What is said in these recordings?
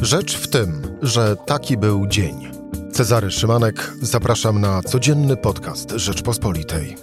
Rzecz w tym, że taki był dzień. Cezary Szymanek, zapraszam na codzienny podcast Rzeczpospolitej.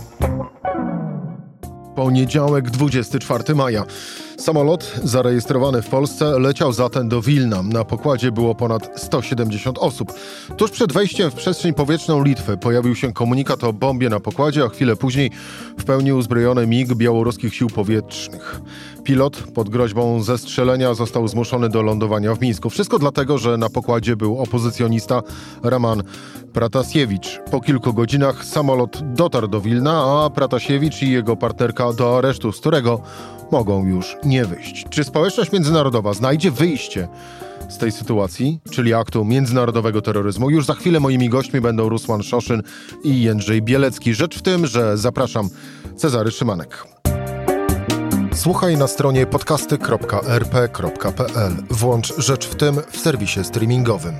Poniedziałek, 24 maja. Samolot zarejestrowany w Polsce leciał zatem do Wilna. Na pokładzie było ponad 170 osób. Tuż przed wejściem w przestrzeń powietrzną Litwy pojawił się komunikat o bombie na pokładzie, a chwilę później w pełni uzbrojony MiG białoruskich sił powietrznych. Pilot pod groźbą zestrzelenia został zmuszony do lądowania w Mińsku. Wszystko dlatego, że na pokładzie był opozycjonista Roman Pratasiewicz. Po kilku godzinach samolot dotarł do Wilna, a Pratasiewicz i jego partnerka do aresztu, z którego mogą już nie wyjść. Czy społeczność międzynarodowa znajdzie wyjście z tej sytuacji, czyli aktu międzynarodowego terroryzmu? Już za chwilę moimi gośćmi będą Rusłan Szoszyn i Jędrzej Bielecki. Rzecz w tym, że zapraszam, Cezary Szymanek. Słuchaj na stronie podcasty.rp.pl. Włącz Rzecz w tym w serwisie streamingowym.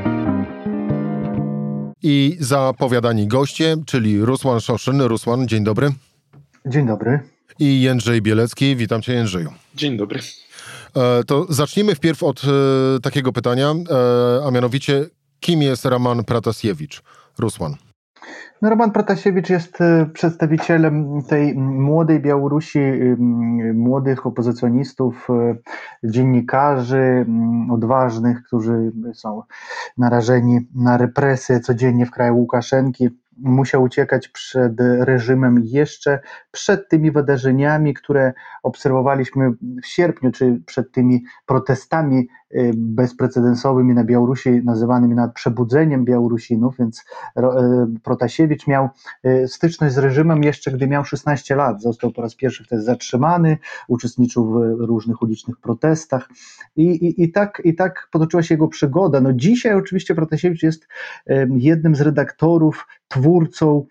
I zapowiadani goście, czyli Rusłan Szoszyn. Rusłan, dzień dobry. Dzień dobry. I Jędrzej Bielecki. Witam cię, Jędrzeju. Dzień dobry. To zacznijmy wpierw od takiego pytania, a mianowicie, kim jest Roman Pratasiewicz? Rusłan. No, Roman Pratasiewicz jest przedstawicielem tej młodej Białorusi, młodych opozycjonistów, dziennikarzy, odważnych, którzy są narażeni na represje codziennie w kraju Łukaszenki. Musiał uciekać przed reżimem jeszcze przed tymi wydarzeniami, które obserwowaliśmy w sierpniu, czy przed tymi protestami bezprecedensowymi na Białorusi, nazywanymi nawet przebudzeniem Białorusinów, więc Protasiewicz miał styczność z reżimem jeszcze gdy miał 16 lat. Został po raz pierwszy wtedy zatrzymany, uczestniczył w różnych ulicznych protestach i tak potoczyła się jego przygoda. No dzisiaj oczywiście Protasiewicz jest jednym z redaktorów, twórcą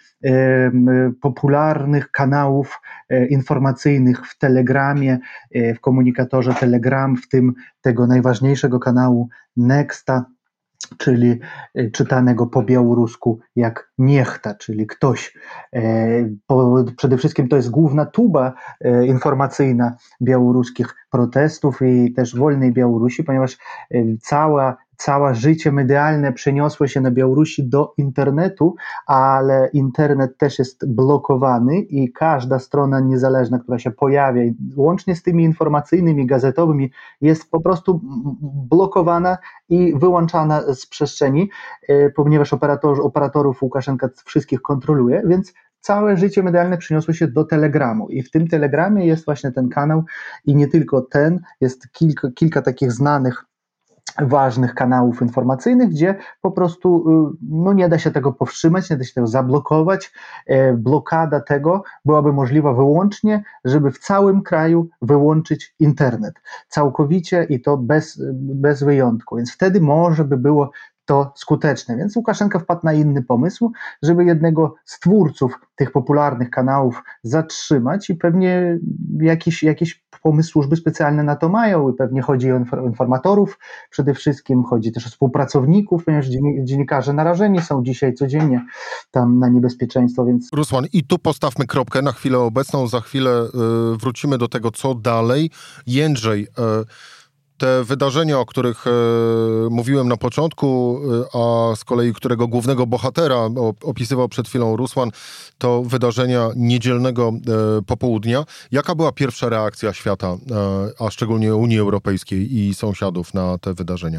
popularnych kanałów informacyjnych w Telegramie, w komunikatorze Telegram, w tym tego najważniejszego kanału Nexta, czyli czytanego po białorusku jak niechta, czyli ktoś. Przede wszystkim to jest główna tuba informacyjna białoruskich protestów i też wolnej Białorusi, ponieważ całe życie medialne przeniosło się na Białorusi do internetu, ale internet też jest blokowany i każda strona niezależna, która się pojawia, łącznie z tymi informacyjnymi, gazetowymi, jest po prostu blokowana i wyłączana z przestrzeni, ponieważ operatorów Łukaszenka wszystkich kontroluje, więc całe życie medialne przeniosło się do Telegramu i w tym Telegramie jest właśnie ten kanał i nie tylko ten, jest kilka takich znanych, ważnych kanałów informacyjnych, gdzie po prostu nie da się tego powstrzymać, nie da się tego zablokować. Blokada tego byłaby możliwa wyłącznie, żeby w całym kraju wyłączyć internet. Całkowicie i to bez wyjątku. Więc wtedy może by było to skuteczne. Więc Łukaszenka wpadł na inny pomysł, żeby jednego z twórców tych popularnych kanałów zatrzymać i pewnie jakiś pomysł służby specjalne na to mają i pewnie chodzi o informatorów, przede wszystkim chodzi też o współpracowników, ponieważ dziennikarze narażeni są dzisiaj codziennie tam na niebezpieczeństwo, więc... Rusłan, i tu postawmy kropkę na chwilę obecną, za chwilę wrócimy do tego, co dalej. Jędrzej, te wydarzenia, o których mówiłem na początku, a z kolei którego głównego bohatera opisywał przed chwilą Rusłan, to wydarzenia niedzielnego popołudnia. Jaka była pierwsza reakcja świata, a szczególnie Unii Europejskiej i sąsiadów na te wydarzenia?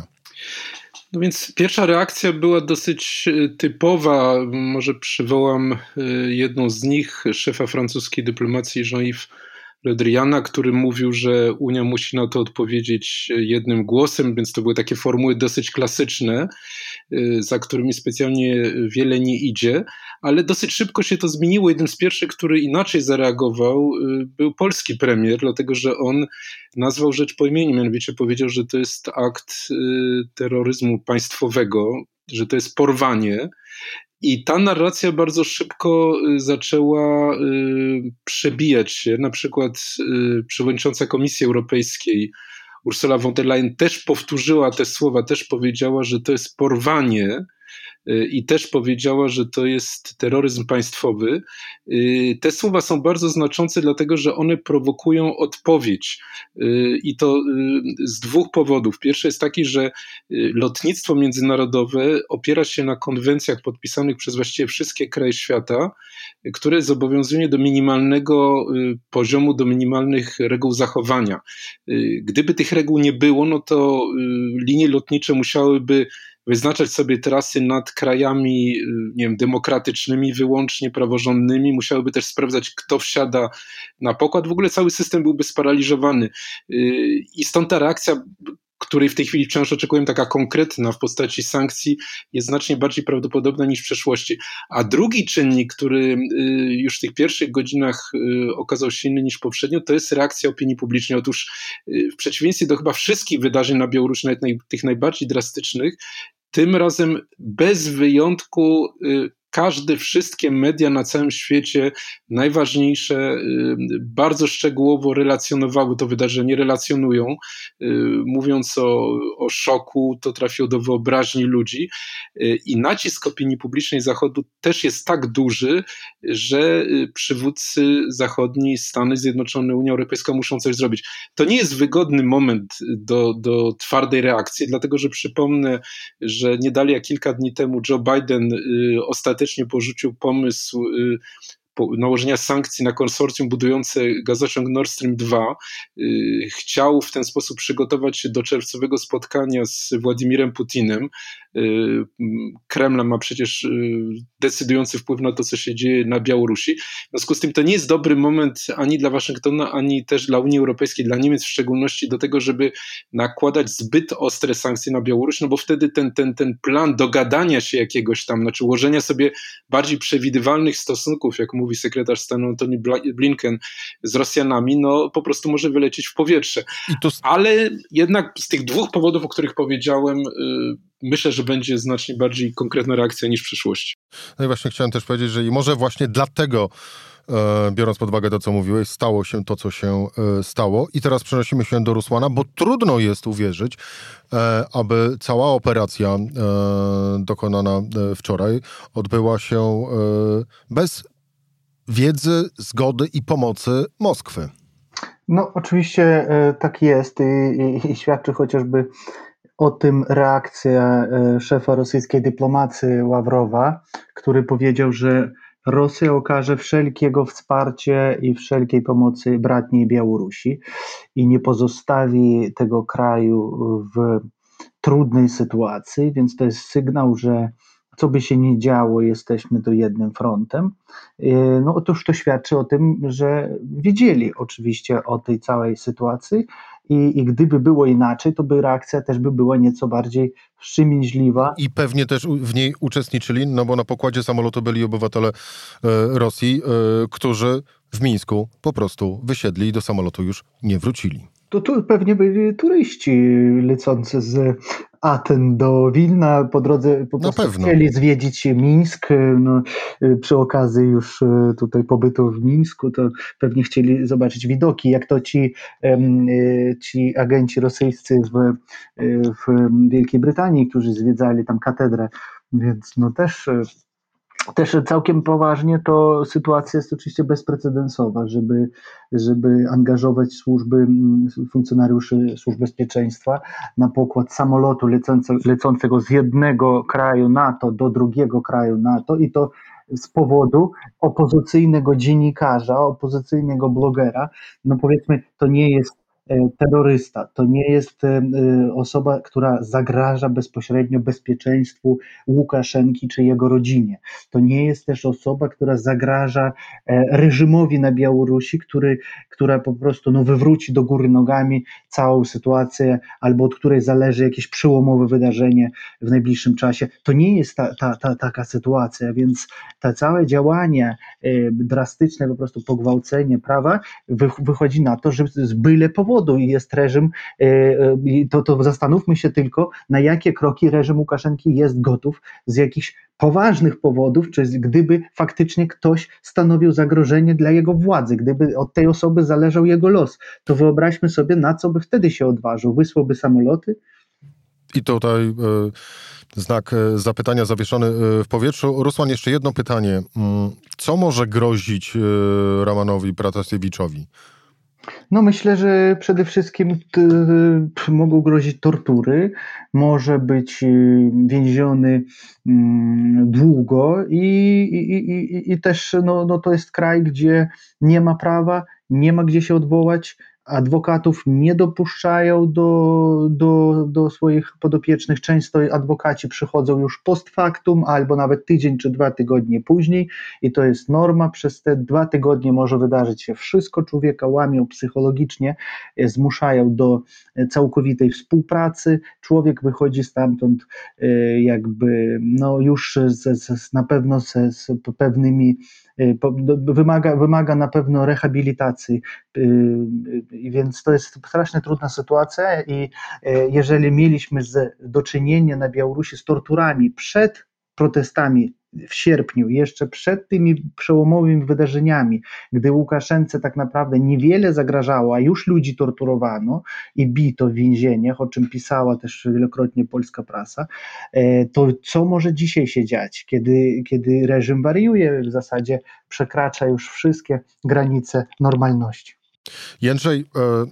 No więc pierwsza reakcja była dosyć typowa. Może przywołam jedną z nich, szefa francuskiej dyplomacji Jean-Yves Le Driana, który mówił, że Unia musi na to odpowiedzieć jednym głosem, więc to były takie formuły dosyć klasyczne, za którymi specjalnie wiele nie idzie, ale dosyć szybko się to zmieniło. Jeden z pierwszych, który inaczej zareagował, był polski premier, dlatego że on nazwał rzecz po imieniu, mianowicie powiedział, że to jest akt terroryzmu państwowego, że to jest porwanie. I ta narracja bardzo szybko zaczęła przebijać się. Na przykład przewodnicząca Komisji Europejskiej Ursula von der Leyen też powtórzyła te słowa, też powiedziała, że to jest porwanie i też powiedziała, że to jest terroryzm państwowy. Te słowa są bardzo znaczące, dlatego że one prowokują odpowiedź i to z dwóch powodów. Pierwszy jest taki, że lotnictwo międzynarodowe opiera się na konwencjach podpisanych przez właściwie wszystkie kraje świata, które zobowiązują do minimalnego poziomu, do minimalnych reguł zachowania. Gdyby tych reguł nie było, no to linie lotnicze musiałyby wyznaczać sobie trasy nad krajami, nie wiem, demokratycznymi, wyłącznie praworządnymi, musiałyby też sprawdzać, kto wsiada na pokład. W ogóle cały system byłby sparaliżowany. I stąd ta reakcja, której w tej chwili wciąż oczekujemy, taka konkretna w postaci sankcji, jest znacznie bardziej prawdopodobna niż w przeszłości. A drugi czynnik, który już w tych pierwszych godzinach okazał się inny niż poprzednio, to jest reakcja opinii publicznej. Otóż w przeciwieństwie do chyba wszystkich wydarzeń na Białorusi, nawet tych najbardziej drastycznych, tym razem bez wyjątku wszystkie media na całym świecie, najważniejsze, bardzo szczegółowo relacjonowały to wydarzenie, relacjonują, mówiąc o szoku, to trafiło do wyobraźni ludzi i nacisk opinii publicznej Zachodu też jest tak duży, że przywódcy zachodni, Stany Zjednoczone, Unia Europejska muszą coś zrobić. To nie jest wygodny moment do twardej reakcji, dlatego że przypomnę, że nie dalej jak kilka dni temu Joe Biden ostatecznie porzucił pomysł nałożenia sankcji na konsorcjum budujące gazociąg Nord Stream 2. Chciał w ten sposób przygotować się do czerwcowego spotkania z Władimirem Putinem. Kreml ma przecież decydujący wpływ na to, co się dzieje na Białorusi. W związku z tym to nie jest dobry moment ani dla Waszyngtona, ani też dla Unii Europejskiej, dla Niemiec w szczególności, do tego, żeby nakładać zbyt ostre sankcje na Białoruś, no bo wtedy ten plan dogadania się jakiegoś tam, znaczy ułożenia sobie bardziej przewidywalnych stosunków, jak mówi sekretarz stanu Antony Blinken, z Rosjanami, no po prostu może wylecieć w powietrze. Ale jednak z tych dwóch powodów, o których powiedziałem, myślę, że będzie znacznie bardziej konkretna reakcja niż w przyszłości. No i właśnie chciałem też powiedzieć, że i może właśnie dlatego, biorąc pod uwagę to, co mówiłeś, stało się to, co się stało. I teraz przenosimy się do Rusłana, bo trudno jest uwierzyć, aby cała operacja dokonana wczoraj odbyła się bez wiedzy, zgody i pomocy Moskwy. No oczywiście tak jest i świadczy chociażby o tym reakcja szefa rosyjskiej dyplomacji Ławrowa, który powiedział, że Rosja okaże wszelkiego wsparcia i wszelkiej pomocy bratniej Białorusi i nie pozostawi tego kraju w trudnej sytuacji, więc to jest sygnał, że co by się nie działo, jesteśmy tu jednym frontem. No otóż to świadczy o tym, że wiedzieli oczywiście o tej całej sytuacji i gdyby było inaczej, to by reakcja też by była nieco bardziej wstrzemięźliwa. I pewnie też w niej uczestniczyli, no bo na pokładzie samolotu byli obywatele Rosji, którzy w Mińsku po prostu wysiedli i do samolotu już nie wrócili. To tu pewnie byli turyści lecący z Aten do Wilna, po drodze po prostu chcieli zwiedzić Mińsk, no, przy okazji już tutaj pobytu w Mińsku, to pewnie chcieli zobaczyć widoki, jak to ci agenci rosyjscy w Wielkiej Brytanii, którzy zwiedzali tam katedrę, więc no też całkiem poważnie to sytuacja jest oczywiście bezprecedensowa, żeby angażować funkcjonariuszy służb bezpieczeństwa na pokład samolotu lecącego z jednego kraju NATO do drugiego kraju NATO i to z powodu opozycyjnego dziennikarza, opozycyjnego blogera. No powiedzmy, to nie jest terrorysta, to nie jest osoba, która zagraża bezpośrednio bezpieczeństwu Łukaszenki czy jego rodzinie. To nie jest też osoba, która zagraża reżimowi na Białorusi, która po prostu wywróci do góry nogami całą sytuację, albo od której zależy jakieś przełomowe wydarzenie w najbliższym czasie. To nie jest taka sytuacja, więc te całe działania drastyczne, po prostu pogwałcenie prawa wychodzi na to, że z byle powodu jest reżim, to zastanówmy się tylko, na jakie kroki reżim Łukaszenki jest gotów z jakichś poważnych powodów, czy gdyby faktycznie ktoś stanowił zagrożenie dla jego władzy, gdyby od tej osoby zależał jego los, to wyobraźmy sobie, na co by wtedy się odważył. Wysłałby samoloty? I tutaj znak zapytania zawieszony w powietrzu. Rusłan, jeszcze jedno pytanie. Co może grozić Ramanowi Protasiewiczowi? No myślę, że przede wszystkim mogą grozić tortury, może być więziony długo i też to jest kraj, gdzie nie ma prawa, nie ma gdzie się odwołać, adwokatów nie dopuszczają do swoich podopiecznych. Często adwokaci przychodzą już post factum albo nawet tydzień czy 2 tygodnie później i to jest norma. Przez te 2 tygodnie może wydarzyć się wszystko. Człowieka łamią psychologicznie, zmuszają do całkowitej współpracy. Człowiek wychodzi stamtąd jakby już na pewno z pewnymi, wymaga na pewno rehabilitacji, więc to jest strasznie trudna sytuacja i jeżeli mieliśmy do czynienia na Białorusi z torturami przed protestami w sierpniu, jeszcze przed tymi przełomowymi wydarzeniami, gdy Łukaszence tak naprawdę niewiele zagrażało, a już ludzi torturowano i bito w więzieniach, o czym pisała też wielokrotnie polska prasa, to co może dzisiaj się dziać, kiedy reżim wariuje, w zasadzie przekracza już wszystkie granice normalności. Jędrzej,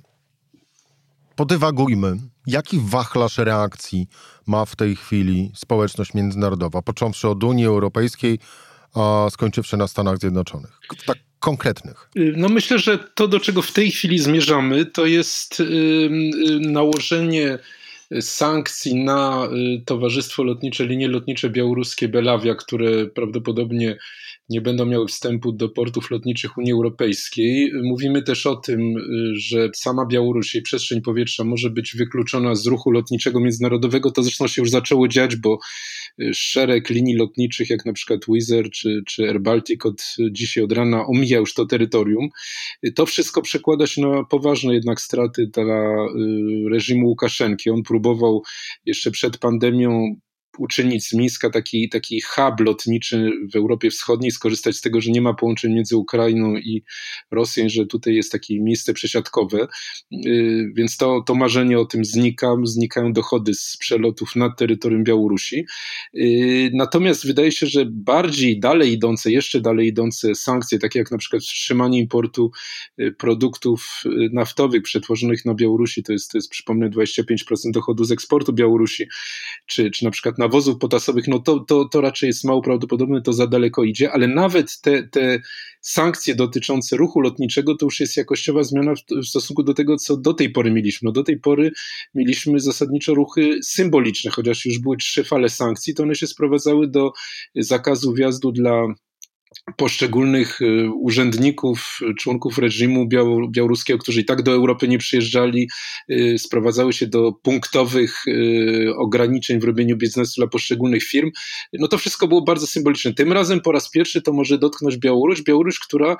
podywagujmy. Jaki wachlarz reakcji ma w tej chwili społeczność międzynarodowa, począwszy od Unii Europejskiej, a skończywszy na Stanach Zjednoczonych? Tak konkretnych. No myślę, że to, do czego w tej chwili zmierzamy, to jest nałożenie sankcji na Towarzystwo Lotnicze, Linie Lotnicze Białoruskie Belavia, które prawdopodobnie nie będą miały wstępu do portów lotniczych Unii Europejskiej. Mówimy też o tym, że sama Białoruś i przestrzeń powietrza może być wykluczona z ruchu lotniczego międzynarodowego. To zresztą się już zaczęło dziać, bo szereg linii lotniczych, jak na przykład Wizz Air czy Air Baltic dzisiaj od rana omija już to terytorium. To wszystko przekłada się na poważne jednak straty dla reżimu Łukaszenki. On próbował jeszcze przed pandemią uczynić z Mińska taki hub lotniczy w Europie Wschodniej, skorzystać z tego, że nie ma połączeń między Ukrainą i Rosją, że tutaj jest takie miejsce przesiadkowe, więc to marzenie o tym znikają dochody z przelotów nad terytorium Białorusi. Natomiast wydaje się, że jeszcze dalej idące sankcje, takie jak na przykład wstrzymanie importu produktów naftowych przetworzonych na Białorusi, to jest przypomnę 25% dochodu z eksportu Białorusi, czy na przykład nawozów potasowych, to raczej jest mało prawdopodobne, to za daleko idzie, ale nawet te sankcje dotyczące ruchu lotniczego to już jest jakościowa zmiana w stosunku do tego, co do tej pory mieliśmy. No do tej pory mieliśmy zasadniczo ruchy symboliczne, chociaż już były 3 fale sankcji, to one się sprowadzały do zakazu wjazdu dla poszczególnych urzędników, członków reżimu białoruskiego, którzy i tak do Europy nie przyjeżdżali, sprowadzały się do punktowych ograniczeń w robieniu biznesu dla poszczególnych firm. No to wszystko było bardzo symboliczne. Tym razem po raz pierwszy to może dotknąć Białoruś, która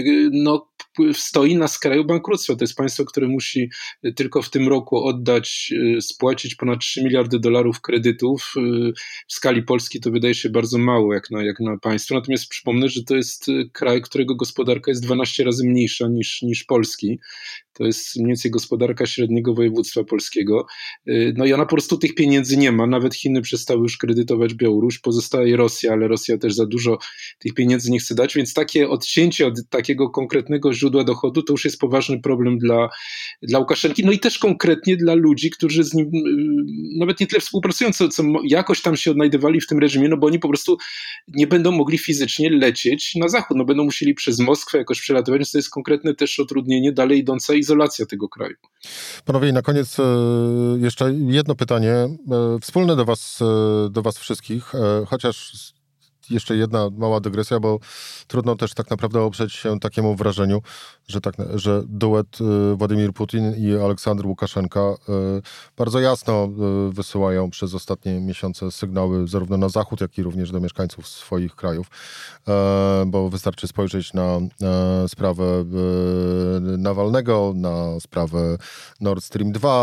stoi na skraju bankructwa. To jest państwo, które musi tylko w tym roku spłacić ponad $3 miliardy kredytów. W skali Polski to wydaje się bardzo mało jak na państwo. Natomiast przypomnę, że to jest kraj, którego gospodarka jest 12 razy mniejsza niż Polski. To jest mniej więcej gospodarka średniego województwa polskiego. No i ona po prostu tych pieniędzy nie ma. Nawet Chiny przestały już kredytować Białoruś. Pozostaje Rosja, ale Rosja też za dużo tych pieniędzy nie chce dać, więc takie odcięcie od takiego konkretnego źródła dochodu to już jest poważny problem dla Łukaszenki. No i też konkretnie dla ludzi, którzy z nim nawet nie tyle współpracują, co jakoś tam się odnajdywali w tym reżimie, no bo oni po prostu nie będą mogli fizycznie lecieć na zachód. No będą musieli przez Moskwę jakoś przelatywać, więc to jest konkretne też utrudnienie, dalej idąca izolacja tego kraju. Panowie, i na koniec jeszcze jedno pytanie, wspólne do was wszystkich, chociaż jeszcze jedna mała dygresja, bo trudno też tak naprawdę oprzeć się takiemu wrażeniu, że duet Władimir Putin i Aleksander Łukaszenka bardzo jasno wysyłają przez ostatnie miesiące sygnały zarówno na Zachód, jak i również do mieszkańców swoich krajów, bo wystarczy spojrzeć na sprawę Nawalnego, na sprawę Nord Stream 2,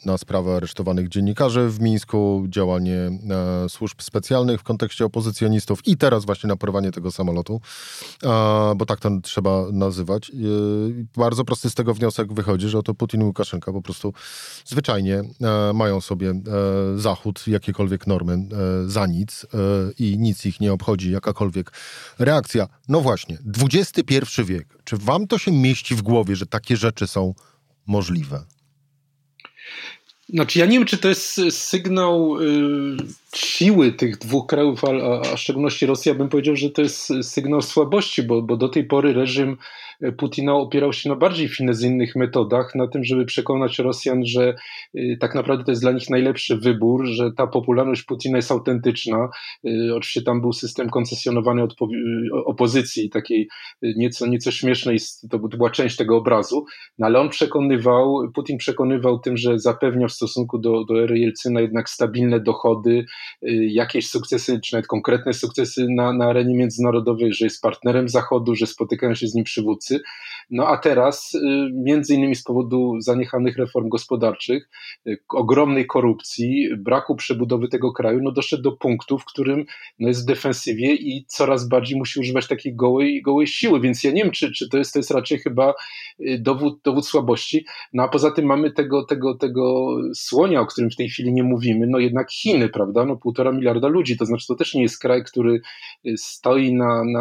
na sprawę aresztowanych dziennikarzy w Mińsku, działanie służb specjalnych w kontekście opozycjonistów i teraz właśnie na porwanie tego samolotu, bo tak to trzeba nazywać. Bardzo prosty z tego wniosek wychodzi, że oto Putin i Łukaszenka po prostu zwyczajnie mają sobie Zachód, jakiekolwiek normy za nic i nic ich nie obchodzi, jakakolwiek reakcja. No właśnie, XXI wiek. Czy wam to się mieści w głowie, że takie rzeczy są możliwe? Znaczy, ja nie wiem, czy to jest sygnał siły tych dwóch krajów, a w szczególności Rosji. Ja bym powiedział, że to jest sygnał słabości, bo do tej pory reżim Putina opierał się na bardziej finezyjnych metodach, na tym, żeby przekonać Rosjan, że tak naprawdę to jest dla nich najlepszy wybór, że ta popularność Putina jest autentyczna. Oczywiście tam był system koncesjonowany opozycji, takiej nieco śmiesznej, to była część tego obrazu, no ale Putin przekonywał tym, że zapewnia w stosunku do ery Jelcyna jednak stabilne dochody, jakieś sukcesy, czy nawet konkretne sukcesy na arenie międzynarodowej, że jest partnerem Zachodu, że spotykają się z nim przywódcy. No a teraz, między innymi z powodu zaniechanych reform gospodarczych, ogromnej korupcji, braku przebudowy tego kraju, no doszedł do punktu, w którym jest w defensywie i coraz bardziej musi używać takiej gołej siły, więc ja nie wiem, czy to jest raczej chyba dowód słabości. No a poza tym mamy tego słonia, o którym w tej chwili nie mówimy, no jednak Chiny, prawda, no 1,5 miliarda ludzi, to znaczy to też nie jest kraj, który stoi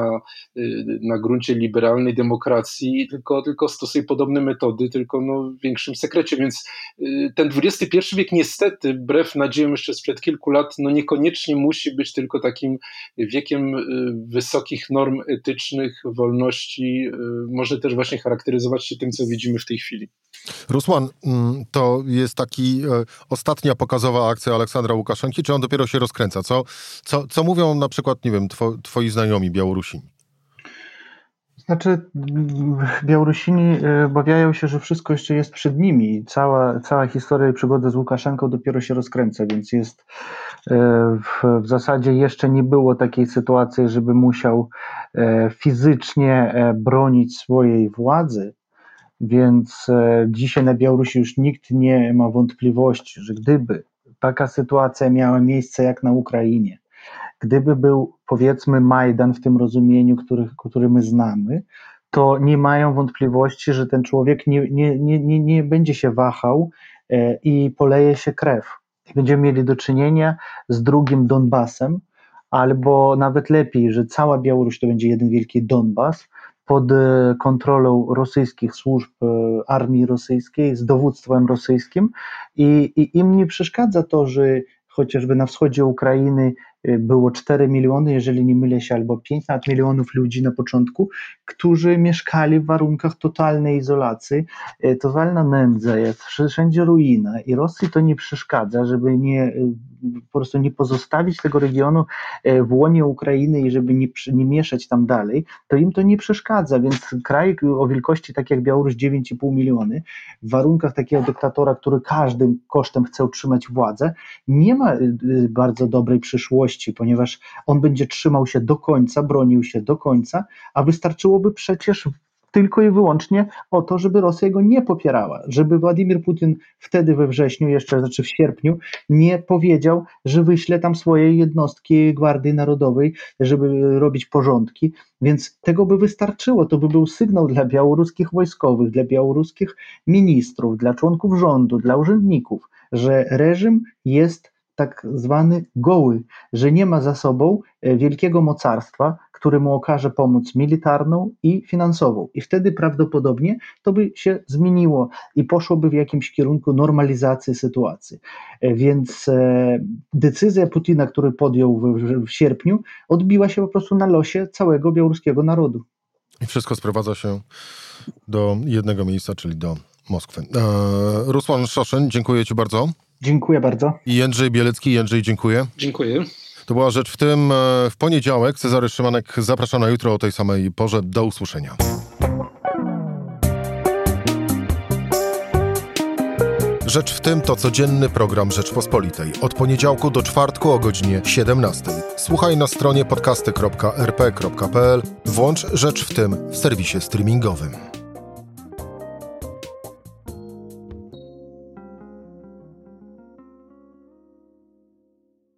na gruncie liberalnej demokracji, tylko stosuje podobne metody, tylko w większym sekrecie, więc ten XXI wiek niestety, wbrew nadziejom jeszcze sprzed kilku lat, niekoniecznie musi być tylko takim wiekiem wysokich norm etycznych, wolności, może też właśnie charakteryzować się tym, co widzimy w tej chwili. Rusłan, to jest taki ostatnia pokazowa akcja Aleksandra Łukaszenki, czy on dopiero się rozkręca? Co mówią na przykład, nie wiem, twoi znajomi Białorusini? Znaczy, Białorusini obawiają się, że wszystko jeszcze jest przed nimi. Cała historia i przygoda z Łukaszenką dopiero się rozkręca, więc jest w zasadzie jeszcze nie było takiej sytuacji, żeby musiał fizycznie bronić swojej władzy. Więc dzisiaj na Białorusi już nikt nie ma wątpliwości, że gdyby taka sytuacja miała miejsce jak na Ukrainie, gdyby był, powiedzmy, Majdan w tym rozumieniu, który my znamy, to nie mają wątpliwości, że ten człowiek nie będzie się wahał i poleje się krew. Będziemy mieli do czynienia z drugim Donbasem, albo nawet lepiej, że cała Białoruś to będzie jeden wielki Donbas, pod kontrolą rosyjskich służb, armii rosyjskiej, z dowództwem rosyjskim i im nie przeszkadza to, że chociażby na wschodzie Ukrainy było 4 miliony, jeżeli nie mylę się, albo 5 milionów ludzi na początku, którzy mieszkali w warunkach totalnej izolacji, totalna nędza jest, wszędzie ruina i Rosji to nie przeszkadza, żeby po prostu nie pozostawić tego regionu w łonie Ukrainy i żeby nie mieszać tam dalej, to im to nie przeszkadza, więc kraj o wielkości tak jak Białoruś 9,5 miliony, w warunkach takiego dyktatora, który każdym kosztem chce utrzymać władzę, nie ma bardzo dobrej przyszłości, ponieważ on będzie trzymał się do końca, bronił się do końca, a wystarczyłoby przecież tylko i wyłącznie o to, żeby Rosja go nie popierała, żeby Władimir Putin wtedy we wrześniu, w sierpniu, nie powiedział, że wyśle tam swoje jednostki Gwardii Narodowej, żeby robić porządki, więc tego by wystarczyło, to by był sygnał dla białoruskich wojskowych, dla białoruskich ministrów, dla członków rządu, dla urzędników, że reżim jest tak zwany goły, że nie ma za sobą wielkiego mocarstwa, które mu okaże pomoc militarną i finansową. I wtedy prawdopodobnie to by się zmieniło i poszłoby w jakimś kierunku normalizacji sytuacji. Więc decyzja Putina, który podjął w sierpniu, odbiła się po prostu na losie całego białoruskiego narodu. I wszystko sprowadza się do jednego miejsca, czyli do Moskwy. Rusłan Szoszyn, dziękuję Ci bardzo. Dziękuję bardzo. I Jędrzej Bielecki. Jędrzej, dziękuję. Dziękuję. To była Rzecz w tym. W poniedziałek Cezary Szymanek zaprasza na jutro o tej samej porze. Do usłyszenia. Rzecz w tym to codzienny program Rzeczpospolitej. Od poniedziałku do czwartku o godzinie 17. Słuchaj na stronie podcasty.rp.pl. Włącz Rzecz w tym w serwisie streamingowym.